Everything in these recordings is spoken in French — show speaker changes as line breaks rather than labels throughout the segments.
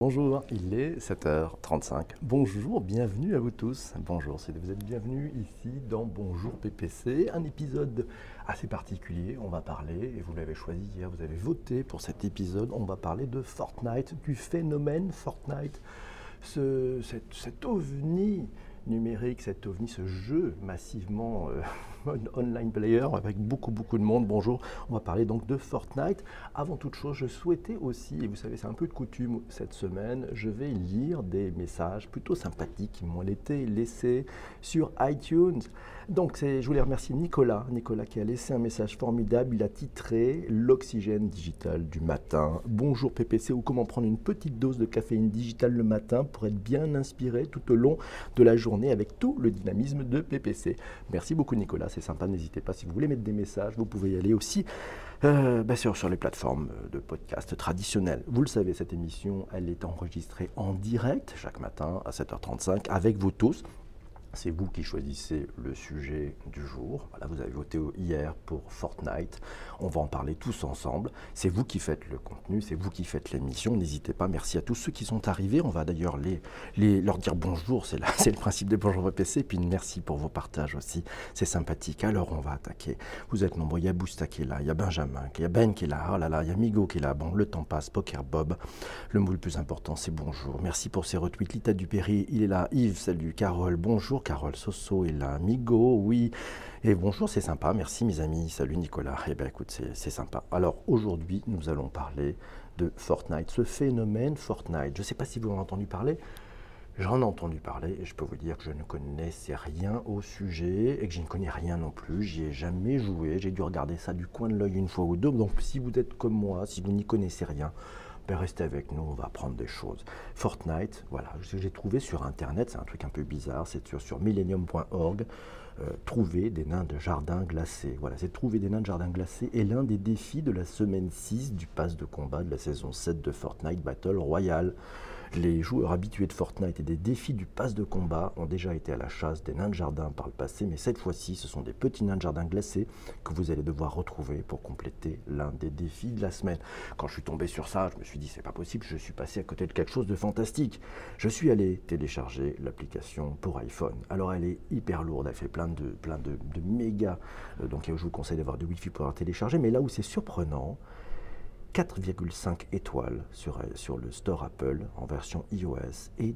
Bonjour, il est 7h35. Bonjour, bienvenue à vous tous. Bonjour, vous êtes bienvenus ici dans Bonjour PPC, un épisode assez particulier. On va parler, et vous l'avez choisi hier, vous avez voté pour cet épisode, on va parler de Fortnite, du phénomène Fortnite, cet ovni numérique, cet ovni, ce jeu massivement online player avec beaucoup de monde. Bonjour, on va parler donc de Fortnite. Avant toute chose, je souhaitais aussi, et vous savez c'est un peu de coutume cette semaine, je vais lire des messages plutôt sympathiques qui m'ont été laissés sur iTunes. Donc je voulais remercier Nicolas qui a laissé un message formidable. Il a titré l'oxygène digital du matin. Bonjour PPC, ou comment prendre une petite dose de caféine digitale le matin pour être bien inspiré tout au long de la journée avec tout le dynamisme de PPC. Merci beaucoup Nicolas, c'est sympa, n'hésitez pas, si vous voulez mettre des messages, vous pouvez y aller aussi sur les plateformes de podcast traditionnelles. Vous le savez, cette émission, elle est enregistrée en direct chaque matin à 7h35 avec vous tous. C'est vous qui choisissez le sujet du jour. Voilà, vous avez voté hier pour Fortnite. On va en parler tous ensemble. C'est vous qui faites le contenu, c'est vous qui faites l'émission. N'hésitez pas. Merci à tous ceux qui sont arrivés. On va d'ailleurs leur dire bonjour. C'est le principe de Bonjour PPC. Et puis merci pour vos partages aussi. C'est sympathique. Alors on va attaquer. Vous êtes nombreux. Il y a Bousta qui est là. Il y a Benjamin, il y a Ben qui est là. Oh là là, il y a Migo qui est là. Bon, le temps passe. Poker Bob. Le mot le plus important, c'est bonjour. Merci pour ces retweets. Lita Dupéry, il est là. Yves, salut. Carole, bonjour. Carole Soso est là, Migo, oui, et bonjour, c'est sympa, merci mes amis, salut Nicolas, eh bien écoute, c'est sympa. Alors aujourd'hui, nous allons parler de Fortnite, ce phénomène Fortnite. Je ne sais pas si vous en avez entendu parler, j'en ai entendu parler, et je peux vous dire que je ne connaissais rien au sujet, et que je ne connais rien non plus, j'y ai jamais joué, j'ai dû regarder ça du coin de l'œil une fois ou deux, donc si vous êtes comme moi, si vous n'y connaissez rien, restez avec nous, on va apprendre des choses. Fortnite, voilà, j'ai trouvé sur internet, c'est un truc un peu bizarre, c'est sur millennium.org, trouver des nains de jardin glacés. Voilà, c'est trouver des nains de jardin glacés est l'un des défis de la semaine 6 du pass de combat de la saison 7 de Fortnite Battle Royale. Les joueurs habitués de Fortnite et des défis du pass de combat ont déjà été à la chasse des nains de jardin par le passé, mais cette fois-ci, ce sont des petits nains de jardin glacés que vous allez devoir retrouver pour compléter l'un des défis de la semaine. Quand je suis tombé sur ça, je me suis dit, c'est pas possible, je suis passé à côté de quelque chose de fantastique. Je suis allé télécharger l'application pour iPhone. Alors, elle est hyper lourde, elle fait plein de méga, donc je vous conseille d'avoir du Wi-Fi pour la télécharger, mais là où c'est surprenant, 4,5 étoiles sur le store Apple en version iOS et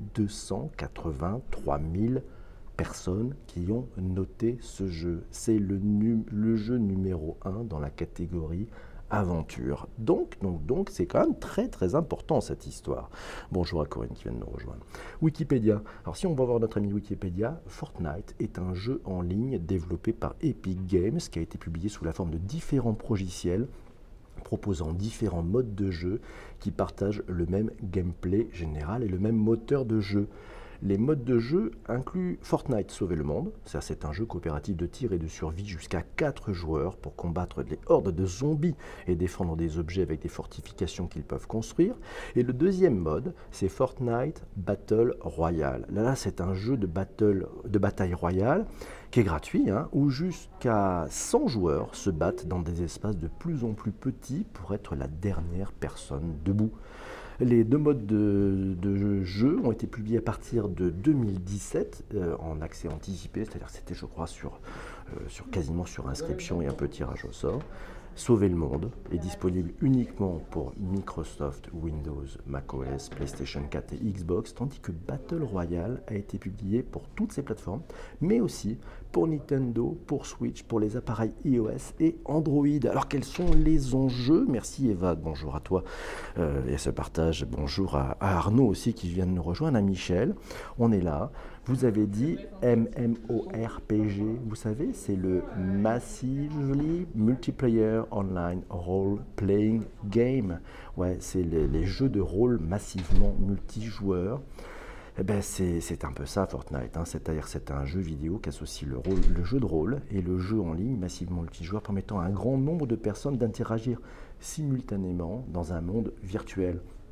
283 000 personnes qui ont noté ce jeu. C'est le jeu numéro 1 dans la catégorie aventure. Donc c'est quand même très important cette histoire. Bonjour à Corinne qui vient de nous rejoindre. Wikipédia. Alors si on va voir notre ami Wikipédia, Fortnite est un jeu en ligne développé par Epic Games qui a été publié sous la forme de différents logiciels proposant différents modes de jeu qui partagent le même gameplay général et le même moteur de jeu. Les modes de jeu incluent Fortnite Sauver le Monde, c'est un jeu coopératif de tir et de survie jusqu'à 4 joueurs pour combattre des hordes de zombies et défendre des objets avec des fortifications qu'ils peuvent construire. Et le deuxième mode, c'est Fortnite Battle Royale. Là, c'est un jeu de bataille royale qui est gratuit, où jusqu'à 100 joueurs se battent dans des espaces de plus en plus petits pour être la dernière personne debout. Les deux modes de jeu ont été publiés à partir de 2017 en accès anticipé, c'est-à-dire que c'était, je crois, quasiment sur inscription et un peu tirage au sort. Sauver le monde est disponible uniquement pour Microsoft, Windows, macOS, PlayStation 4 et Xbox, tandis que Battle Royale a été publié pour toutes ces plateformes, mais aussi pour Nintendo, pour Switch, pour les appareils iOS et Android. Alors quels sont les enjeux? Merci Eva, bonjour à toi et à ce partage. Bonjour à Arnaud aussi qui vient de nous rejoindre, à Michel. On est là. Vous avez dit MMORPG, vous savez, c'est le Massively Multiplayer Online Role Playing Game. Ouais, c'est les jeux de rôle massivement multijoueurs. Eh ben c'est un peu ça Fortnite, c'est-à-dire c'est un jeu vidéo qui associe le jeu de rôle et le jeu en ligne massivement multijoueur, permettant à un grand nombre de personnes d'interagir simultanément dans un monde virtuel.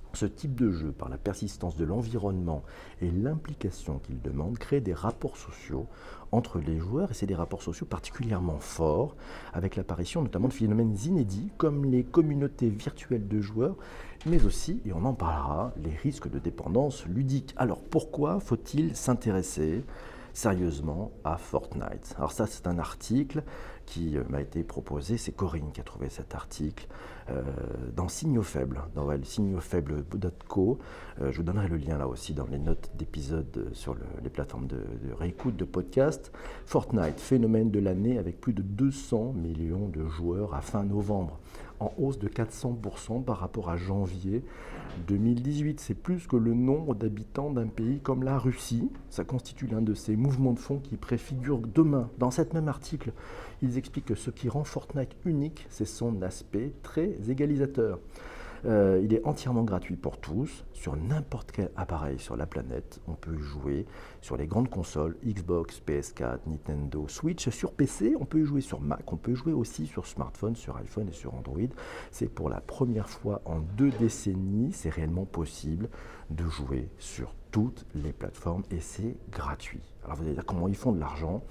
Ce type de jeu, par la persistance de l'environnement et l'implication qu'il demande, crée des rapports sociaux entre les joueurs, et c'est des rapports sociaux particulièrement forts, avec l'apparition notamment de phénomènes inédits comme les communautés virtuelles de joueurs, mais aussi, et on en parlera, les risques de dépendance ludique. Alors pourquoi faut-il s'intéresser sérieusement à Fortnite? Alors ça, c'est un article qui m'a été proposé, c'est Corinne qui a trouvé cet article dans Signaux Faibles, dans signauxfaibles.co. Je vous donnerai le lien là aussi dans les notes d'épisode sur les plateformes de réécoute de podcast. Fortnite, phénomène de l'année avec plus de 200 millions de joueurs à fin novembre, en hausse de 400% par rapport à janvier 2018. C'est plus que le nombre d'habitants d'un pays comme la Russie. Ça constitue l'un de ces mouvements de fond qui préfigurent demain. Dans cet même article, ils expliquent que ce qui rend Fortnite unique, c'est son aspect très égalisateur. Il est entièrement gratuit pour tous, sur n'importe quel appareil sur la planète. On peut y jouer sur les grandes consoles, Xbox, PS4, Nintendo, Switch. Sur PC, on peut y jouer sur Mac, on peut y jouer aussi sur smartphone, sur iPhone et sur Android. C'est pour la première fois en 2 décennies, c'est réellement possible de jouer sur toutes les plateformes et c'est gratuit. Alors vous allez dire comment ils font de l'argent?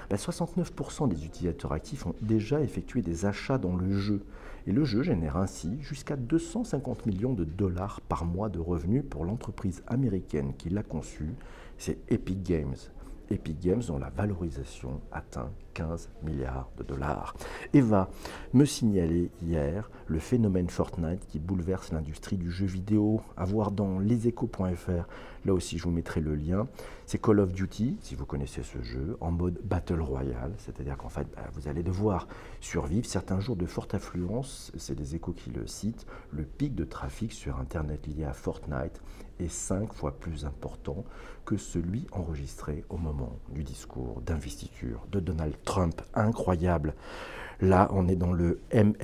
69% des utilisateurs actifs ont déjà effectué des achats dans le jeu. Et le jeu génère ainsi jusqu'à 250 millions de dollars par mois de revenus pour l'entreprise américaine qui l'a conçu, c'est Epic Games. Epic Games dont la valorisation atteint 15 milliards de dollars. Eva me signalait hier le phénomène Fortnite qui bouleverse l'industrie du jeu vidéo. À voir dans leséchos.fr, là aussi je vous mettrai le lien. C'est Call of Duty, si vous connaissez ce jeu, en mode Battle Royale, c'est-à-dire qu'en fait vous allez devoir survivre. Certains jours de forte affluence, c'est des échos qui le citent, le pic de trafic sur Internet lié à Fortnite est 5 fois plus important que celui enregistré au moment du discours d'investiture de Donald Trump. Incroyable. Là, on est dans le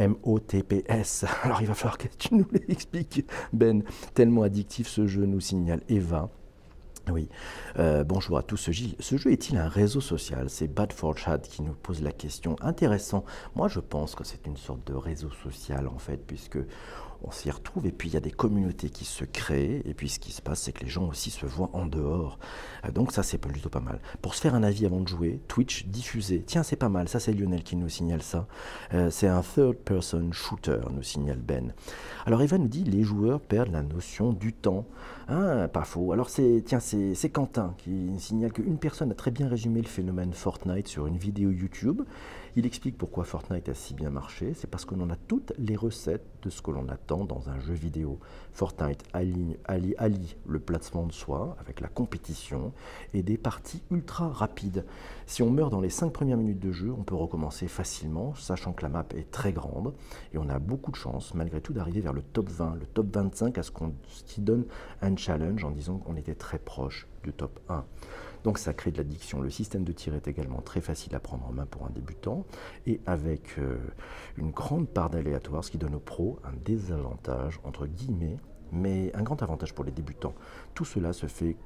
MMOTPS. Alors, il va falloir que tu nous l'expliques, Ben. Tellement addictif ce jeu, nous signale Eva. Oui, bonjour à tous. Ce jeu est-il un réseau social? C'est Bad4Chat qui nous pose la question. Intéressant. Moi, je pense que c'est une sorte de réseau social, en fait, puisque on s'y retrouve et puis il y a des communautés qui se créent et puis ce qui se passe, c'est que les gens aussi se voient en dehors. Donc ça, c'est plutôt pas mal. Pour se faire un avis avant de jouer, Twitch diffusé. Tiens, c'est pas mal. Ça, c'est Lionel qui nous signale ça. C'est un third-person shooter, nous signale Ben. Alors Eva nous dit, les joueurs perdent la notion du temps. Ah, pas faux. Alors c'est Quentin qui signale qu'une personne a très bien résumé le phénomène Fortnite sur une vidéo YouTube. Il explique pourquoi Fortnite a si bien marché. C'est parce qu'on en a toutes les recettes de ce que l'on attend dans un jeu vidéo. Fortnite allie le placement de soi avec la compétition et des parties ultra rapides. Si on meurt dans les 5 premières minutes de jeu, on peut recommencer facilement, sachant que la map est très grande et on a beaucoup de chance malgré tout d'arriver vers le top 20, le top 25, ce qui donne un challenge en disant qu'on était très proche du top 1. Donc ça crée de l'addiction. Le système de tir est également très facile à prendre en main pour un débutant et avec une grande part d'aléatoire, ce qui donne aux pros un désavantage, entre guillemets, mais un grand avantage pour les débutants. Tout cela se fait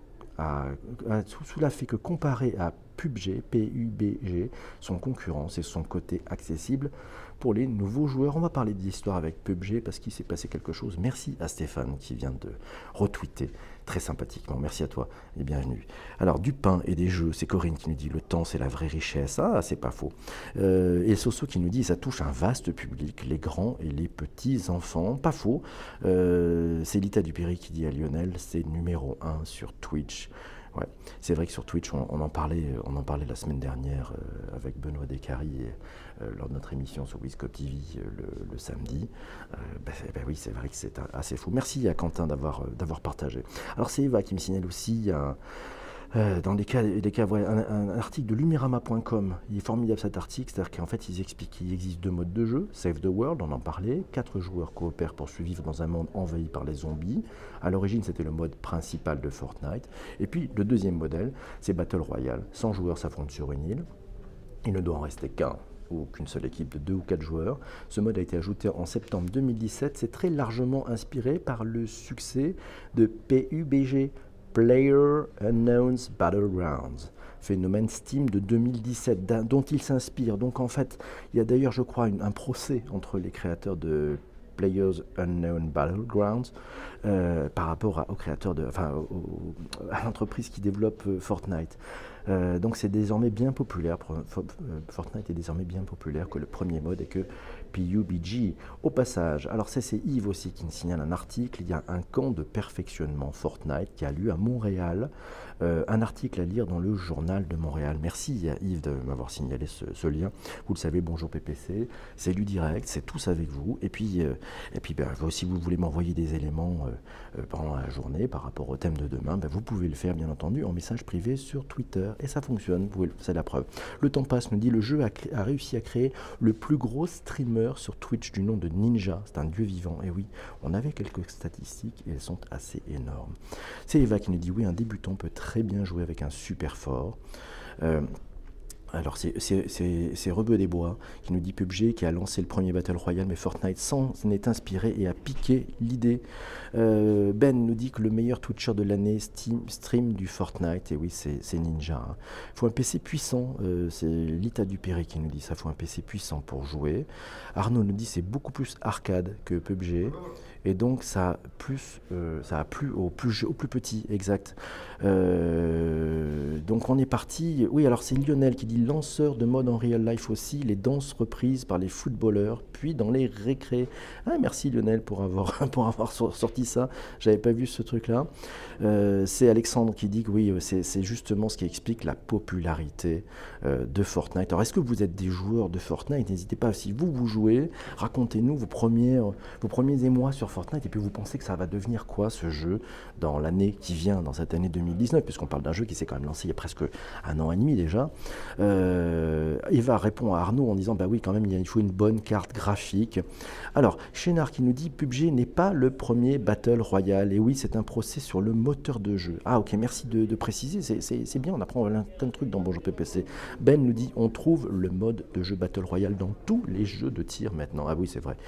cela fait que comparé à PUBG, son concurrence et son côté accessible pour les nouveaux joueurs. On va parler d'histoire avec PUBG parce qu'il s'est passé quelque chose. Merci à Stéphane qui vient de retweeter très sympathiquement. Merci à toi et bienvenue. Alors, du pain et des jeux, c'est Corinne qui nous dit le temps c'est la vraie richesse. Ah, c'est pas faux. Et Soso qui nous dit ça touche un vaste public, les grands et les petits enfants. Pas faux. C'est Lita Dupéry qui dit à Lionel, c'est numéro 1 sur Twitch. Ouais, c'est vrai que sur Twitch, on en parlait la semaine dernière avec Benoît Descaries lors de notre émission sur Wiscop TV le samedi. Oui, c'est vrai que c'est assez fou. Merci à Quentin d'avoir partagé. Alors c'est Eva qui me signale aussi dans les cas un article de lumirama.com. Il est formidable cet article, c'est-à-dire qu'en fait ils expliquent qu'il existe 2 modes de jeu. Save the World, on en parlait. 4 joueurs coopèrent pour survivre dans un monde envahi par les zombies. À l'origine, c'était le mode principal de Fortnite. Et puis le deuxième modèle, c'est Battle Royale. 100 joueurs s'affrontent sur une île. Il ne doit en rester qu'un ou qu'une seule équipe de 2 ou 4 joueurs. Ce mode a été ajouté en septembre 2017. C'est très largement inspiré par le succès de PUBG, Player Unknown's Battlegrounds, phénomène Steam de 2017, dont il s'inspire. Donc en fait, il y a d'ailleurs, je crois, un procès entre les créateurs de Players Unknown Battlegrounds, par rapport au créateur à l'entreprise qui développe Fortnite. Donc c'est désormais bien populaire, Fortnite est désormais bien populaire que le premier mode et que PUBG. Au passage, alors c'est Yves aussi qui me signale un article, il y a un camp de perfectionnement Fortnite qui a lieu à Montréal, un article à lire dans le journal de Montréal. Merci à Yves de m'avoir signalé ce lien. Vous le savez, bonjour PPC, c'est LuDirect, c'est tous avec vous. Et puis si vous voulez m'envoyer des éléments pendant la journée par rapport au thème de demain, vous pouvez le faire bien entendu en message privé sur Twitter. Et ça fonctionne, c'est la preuve. Le temps passe, nous dit, le jeu a réussi à créer le plus gros streamer sur Twitch du nom de Ninja. C'est un dieu vivant. Et oui, on avait quelques statistiques et elles sont assez énormes. C'est Eva qui nous dit, oui, un débutant peut très bien jouer avec un super fort. Alors c'est Rebeu des Bois qui nous dit PUBG qui a lancé le premier Battle Royale, mais Fortnite s'en est inspiré et a piqué l'idée. Ben nous dit que le meilleur Twitcher de l'année stream du Fortnite, et oui c'est Ninja. Il faut un PC puissant, c'est Lita Dupéré qui nous dit ça, il faut un PC puissant pour jouer. Arnaud nous dit c'est beaucoup plus arcade que PUBG. Et donc ça a plu au plus petit, exact. Donc on est parti. Oui, alors c'est Lionel qui dit lanceur de mode en real life aussi, les danses reprises par les footballeurs, puis dans les récrés. Ah, merci Lionel pour avoir sorti ça. J'avais pas vu ce truc-là. C'est Alexandre qui dit que oui, c'est justement ce qui explique la popularité de Fortnite. Alors est-ce que vous êtes des joueurs de Fortnite? N'hésitez pas, si vous jouez, racontez-nous vos premiers émois sur Fortnite, et puis vous pensez que ça va devenir quoi ce jeu dans l'année qui vient, dans cette année 2019, puisqu'on parle d'un jeu qui s'est quand même lancé il y a presque 1 an et demi déjà. Eva répond à Arnaud en disant bah oui, quand même il faut une bonne carte graphique. Alors Chénard qui nous dit PUBG n'est pas le premier Battle Royale, et oui, c'est un procès sur le moteur de jeu. Ah ok, merci de préciser, c'est bien, on apprend plein de trucs dans Bonjour PPC. Ben nous dit on trouve le mode de jeu Battle Royale dans tous les jeux de tir maintenant. Ah oui, c'est vrai.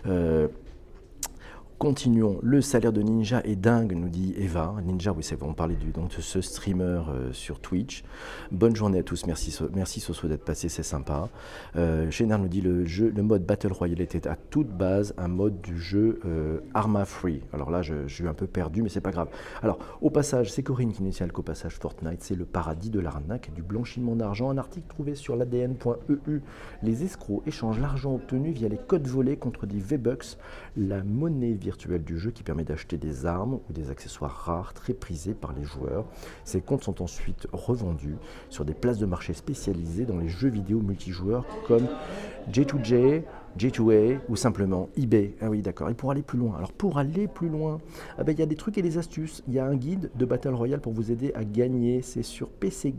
Continuons, le salaire de Ninja est dingue, nous dit Eva. Ninja, oui, c'est vrai, on parlait de ce streamer sur Twitch. Bonne journée à tous, merci Soso d'être passé, c'est sympa. Chénard nous dit le mode Battle Royale était à toute base un mode du jeu Arma Free. Alors là, je suis un peu perdu, mais c'est pas grave. Alors, au passage, c'est Corinne qui nous signale qu'au passage, Fortnite, c'est le paradis de l'arnaque et du blanchiment d'argent. Un article trouvé sur l'ADN.eu. Les escrocs échangent l'argent obtenu via les codes volés contre des V-Bucks, la monnaie virtuelle du jeu qui permet d'acheter des armes ou des accessoires rares très prisés par les joueurs. Ces comptes sont ensuite revendus sur des places de marché spécialisées dans les jeux vidéo multijoueurs comme J2J, J2A ou simplement eBay. Ah oui, d'accord. Et pour aller plus loin, il y a des trucs et des astuces. Il y a un guide de Battle Royale pour vous aider à gagner. C'est sur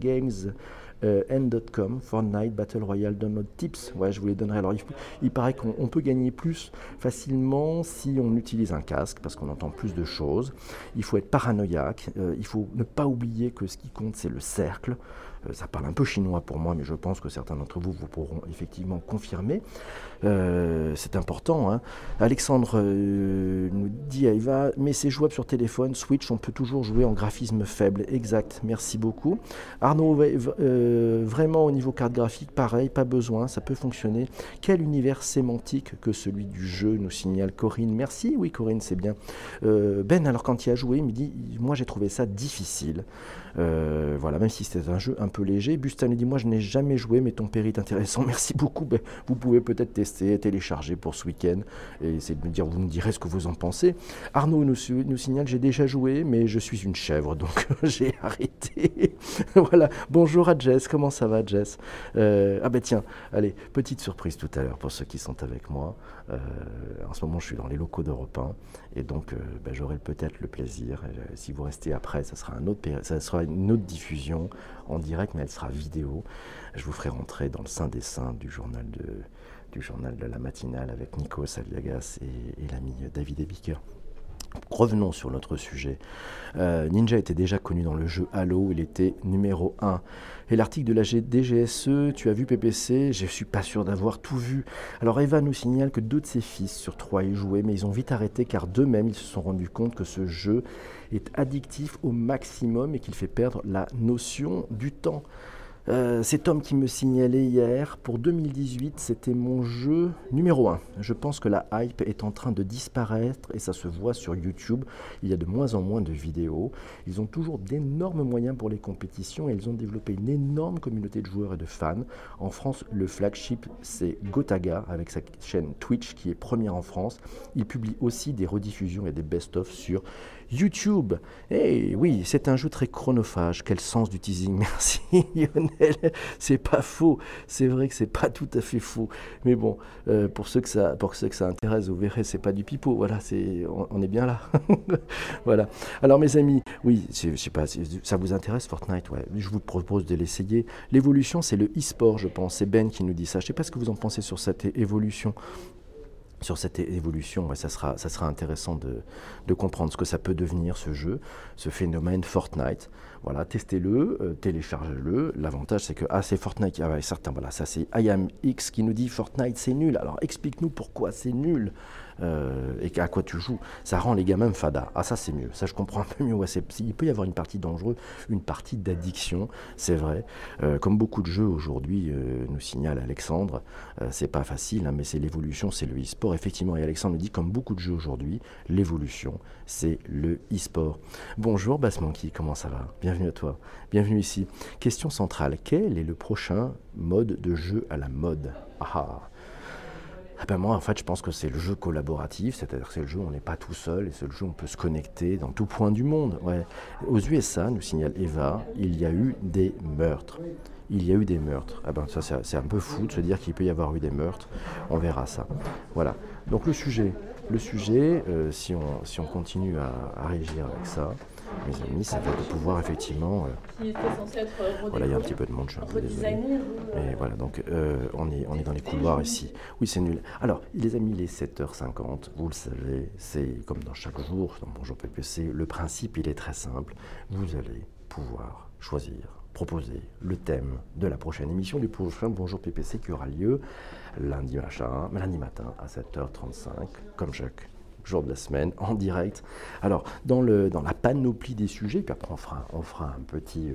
pcgames.n.com, Fortnite Battle Royale Download Tips. Ouais, je vous les donnerai. Alors, il paraît qu'on peut gagner plus facilement si on utilise un casque parce qu'on entend plus de choses. Il faut être paranoïaque. Il faut ne pas oublier que ce qui compte, c'est le cercle. Ça parle un peu chinois pour moi, mais je pense que certains d'entre vous pourront effectivement confirmer. C'est important. Hein. Alexandre nous dit à Eva, mais c'est jouable sur téléphone, Switch, on peut toujours jouer en graphisme faible. Exact, merci beaucoup. Arnaud, vraiment au niveau carte graphique, pareil, pas besoin, ça peut fonctionner. Quel univers sémantique que celui du jeu, nous signale Corinne. Merci, oui Corinne, c'est bien. Ben, alors quand il a joué, il me dit, moi j'ai trouvé ça difficile. Voilà, même si c'était un jeu un peu léger. Bustan nous dit, moi je n'ai jamais joué, mais ton péri est intéressant, merci beaucoup. Ben, vous pouvez peut-être tester, télécharger pour ce week-end et essayer de me dire, vous me direz ce que vous en pensez. Arnaud nous signale, j'ai déjà joué, mais je suis une chèvre, donc j'ai arrêté. Voilà, bonjour à Jess, comment ça va Jess? Ah ben tiens, allez, petite surprise tout à l'heure pour ceux qui sont avec moi. En ce moment je suis dans les locaux d'Europe 1 et donc j'aurai peut-être le plaisir, si vous restez après, ça sera une autre diffusion en direct, mais elle sera vidéo. Je vous ferai rentrer dans le sein des saints du journal de la matinale avec Nico Saliagas et l'ami David Ebiker. Revenons sur notre sujet. Ninja était déjà connu dans le jeu Halo, il était numéro 1. Et l'article de la DGSE, tu as vu PPC? Je ne suis pas sûr d'avoir tout vu. Alors Eva nous signale que 2 de ses fils sur 3 y jouaient, mais ils ont vite arrêté car d'eux-mêmes ils se sont rendus compte que ce jeu est addictif au maximum et qu'il fait perdre la notion du temps. C'est Tom qui me signalait hier, pour 2018, c'était mon jeu numéro 1. Je pense que la hype est en train de disparaître et ça se voit sur YouTube. Il y a de moins en moins de vidéos. Ils ont toujours d'énormes moyens pour les compétitions et ils ont développé une énorme communauté de joueurs et de fans. En France, le flagship, c'est Gotaga avec sa chaîne Twitch qui est première en France. Il publie aussi des rediffusions et des best-of sur YouTube. Et oui, c'est un jeu très chronophage. Quel sens du teasing, merci Lionel. C'est pas faux. C'est vrai que c'est pas tout à fait faux. Mais bon, pour ceux que ça intéresse, vous verrez, c'est pas du pipeau. Voilà, on est bien là. Voilà. Alors mes amis, oui, je sais pas, ça vous intéresse Fortnite, ouais. Je vous propose de l'essayer. L'évolution, c'est le e-sport, je pense. C'est Ben qui nous dit ça. Je sais pas ce que vous en pensez sur cette évolution. Sur cette évolution, ouais, ça sera intéressant de comprendre ce que ça peut devenir ce jeu, ce phénomène Fortnite. Voilà, testez-le, téléchargez-le. L'avantage, c'est que c'est Fortnite. Ah ouais, certains, voilà, ça c'est IamX qui nous dit Fortnite c'est nul. Alors explique-nous pourquoi c'est nul et à quoi tu joues. Ça rend les gamins fada. Ah ça c'est mieux. Ça je comprends un peu mieux. Ouais, il peut y avoir une partie dangereuse, une partie d'addiction, c'est vrai. Comme beaucoup de jeux aujourd'hui, nous signale Alexandre, c'est pas facile, hein, mais c'est l'évolution, c'est le e-sport. Effectivement, et Alexandre nous dit, comme beaucoup de jeux aujourd'hui, l'évolution, c'est le e-sport. Bonjour Bassmonkey, comment ça va? Bienvenue à toi, bienvenue ici. Question centrale, quel est le prochain mode de jeu à la mode? Ben moi, en fait, je pense que c'est le jeu collaboratif, c'est-à-dire que c'est le jeu où on n'est pas tout seul, et c'est le jeu où on peut se connecter dans tout point du monde. Ouais. Aux USA, nous signale Eva, il y a eu des meurtres. Il y a eu des meurtres. Ah ben ça, c'est un peu fou de se dire qu'il peut y avoir eu des meurtres. On verra ça. Voilà. Donc le sujet, si on continue à régir avec ça, mes amis, ça va de pouvoir effectivement... voilà, il y a un petit peu de monde, je suis un peu désolé. Mais voilà, donc on est dans les couloirs ici. Oui, c'est nul. Alors, les amis, il est 7h50, vous le savez, c'est comme dans chaque jour, dans Bonjour PPC, le principe, il est très simple. Vous allez pouvoir choisir, proposer le thème de la prochaine émission du prochain Bonjour PPC qui aura lieu lundi matin à 7h35, comme chaque jour de la semaine, en direct. Alors, dans la panoplie des sujets, puis après on fera un petit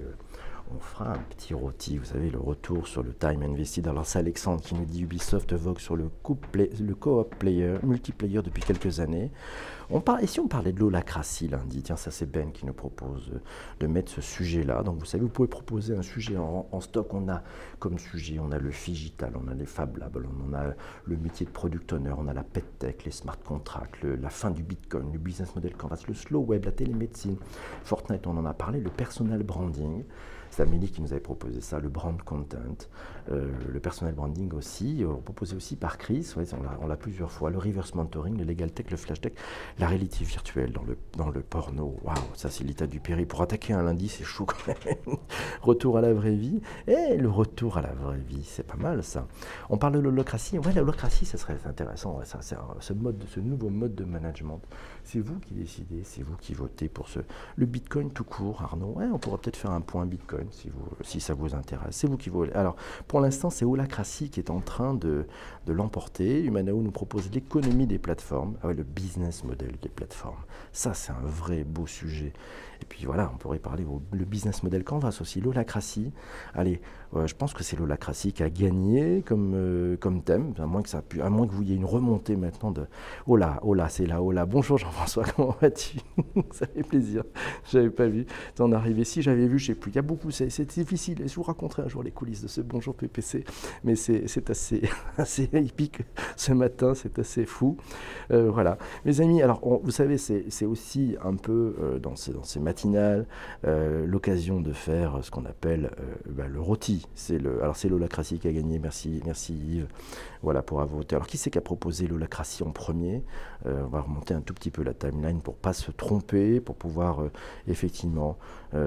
rôti, vous savez, le retour sur le time invested. Alors c'est Alexandre qui nous dit Ubisoft vogue sur le co-op player, multiplayer depuis quelques années. Et si on parlait de l'holacratie lundi? Tiens, ça c'est Ben qui nous propose de mettre ce sujet-là. Donc vous savez, vous pouvez proposer un sujet en stock. On a comme sujet, on a le Figital, on a les Fab Labs, on a le métier de product owner, on a la PetTech, les smart contracts, la fin du Bitcoin, le business model canvas, le slow web, la télémédecine, Fortnite, on en a parlé, le personal branding. C'est Amélie qui nous avait proposé ça, le brand content, le personal branding aussi, proposé aussi par Chris, ouais, on l'a plusieurs fois, le reverse mentoring, le legal tech, le flash tech, la réalité virtuelle dans le porno. Waouh, ça c'est l'état du péril. Pour attaquer un lundi, c'est chaud quand même. Retour à la vraie vie. Et le retour à la vraie vie, c'est pas mal ça. On parle de l'holacratie. Ouais, l'holacratie, ça serait intéressant. Ouais, ça, c'est ce nouveau mode de management. C'est vous qui décidez, c'est vous qui votez pour le Bitcoin tout court, Arnaud. Ouais, on pourra peut-être faire un point Bitcoin si ça vous intéresse. C'est vous qui votez. Alors, pour l'instant, c'est Holacracy qui est en train de l'emporter. Humanao nous propose l'économie des plateformes, le business model des plateformes. Ça, c'est un vrai beau sujet. Et puis voilà, on pourrait parler le business model Canvas aussi, l'holacratie. Allez, je pense que c'est l'holacratie qui a gagné comme thème, à moins que vous ayez une remontée maintenant de Hola, c'est là, Hola. Bonjour Jean-François, comment vas-tu? Ça fait plaisir. J'avais pas vu t'en arriver. Si j'avais vu, je sais plus. Il y a beaucoup, c'est difficile. Je vous raconterai un jour les coulisses de ce Bonjour PPC, mais c'est assez épique ce matin, c'est assez fou. Voilà, mes amis. Alors, vous savez, c'est aussi un peu dans ces matinales l'occasion de faire ce qu'on appelle le rôti. C'est l'holacratie qui a gagné. Merci Yves. Voilà, pour avoir voté. Alors, qui c'est qui a proposé l'holacratie en premier? On va remonter un tout petit peu la timeline pour ne pas se tromper, pour pouvoir effectivement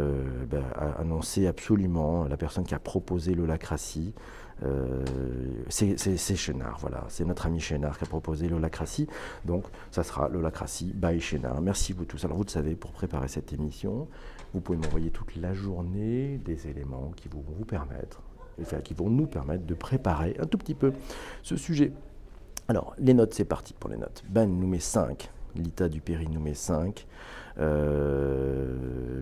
annoncer absolument la personne qui a proposé l'holacratie. C'est Chénard, voilà, c'est notre ami Chénard qui a proposé l'holacratie, donc ça sera l'holacratie by Chénard. Merci vous tous. Alors vous le savez, pour préparer cette émission, vous pouvez m'envoyer toute la journée des éléments qui vont vous permettre, qui vont nous permettre de préparer un tout petit peu ce sujet. Alors, les notes, c'est parti pour les notes. Ben nous met 5, Lita Dupéry nous met 5,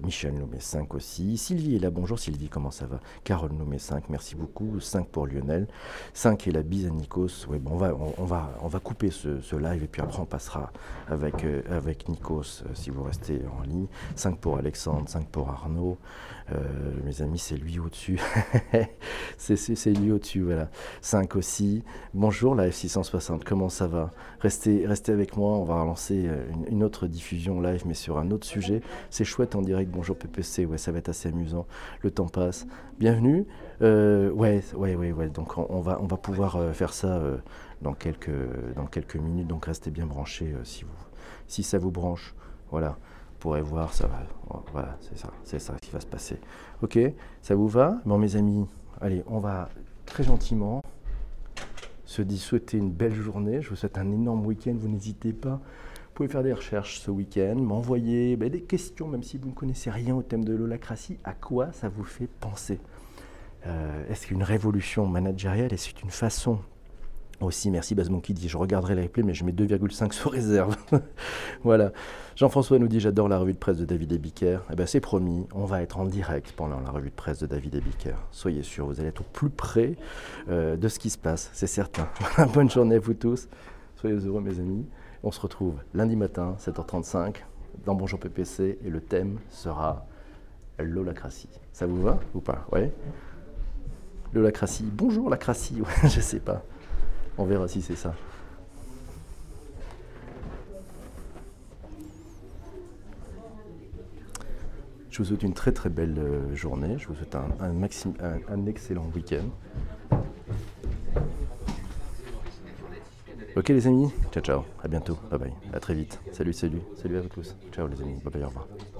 Michel nous met 5 aussi. Sylvie est là, bonjour Sylvie, comment ça va? Carole nous met 5, merci beaucoup. 5 pour Lionel. 5 et la bise à Nikos. Ouais, bon, on va couper ce live et puis après on passera avec Nikos si vous restez en ligne. 5 pour Alexandre, 5 pour Arnaud. Mes amis, c'est lui au-dessus. c'est lui au-dessus, voilà. 5 aussi. Bonjour la F660, comment ça va? Restez avec moi, on va relancer une autre diffusion live, mais sur un autre sujet. C'est chouette en direct, bonjour PPC, ouais, ça va être assez amusant. Le temps passe. Bienvenue. Ouais, donc on va pouvoir faire ça dans quelques minutes, donc restez bien branchés si ça vous branche. Voilà. Pourrez voir, ça va. Voilà, c'est ça qui va se passer. Ok, ça vous va? Bon, mes amis, allez, on va très gentiment se souhaiter une belle journée. Je vous souhaite un énorme week-end. Vous n'hésitez pas. Vous pouvez faire des recherches ce week-end, m'envoyer des questions, même si vous ne connaissez rien au thème de l'holacratie. À quoi ça vous fait penser? Est-ce qu'une révolution managériale, est-ce une façon aussi, merci Basmon qui dit, je regarderai les replays, mais je mets 2,5 sur réserve. Voilà. Jean-François nous dit, j'adore la revue de presse de David Ebiker. Eh bien, c'est promis, on va être en direct pendant la revue de presse de David Ebiker. Soyez sûrs, vous allez être au plus près de ce qui se passe, c'est certain. Bonne journée à vous tous. Soyez heureux, mes amis. On se retrouve lundi matin, 7h35, dans Bonjour PPC, et le thème sera l'holacratie. Ça vous va ou pas? Ouais. L'holacratie. Bonjour, lacratie. Ouais, je sais pas. On verra si c'est ça. Je vous souhaite une très très belle journée. Je vous souhaite un excellent week-end. Ok les amis, ciao ciao, à bientôt, bye bye, à très vite. Salut à vous tous. Ciao les amis, bye bye, au revoir.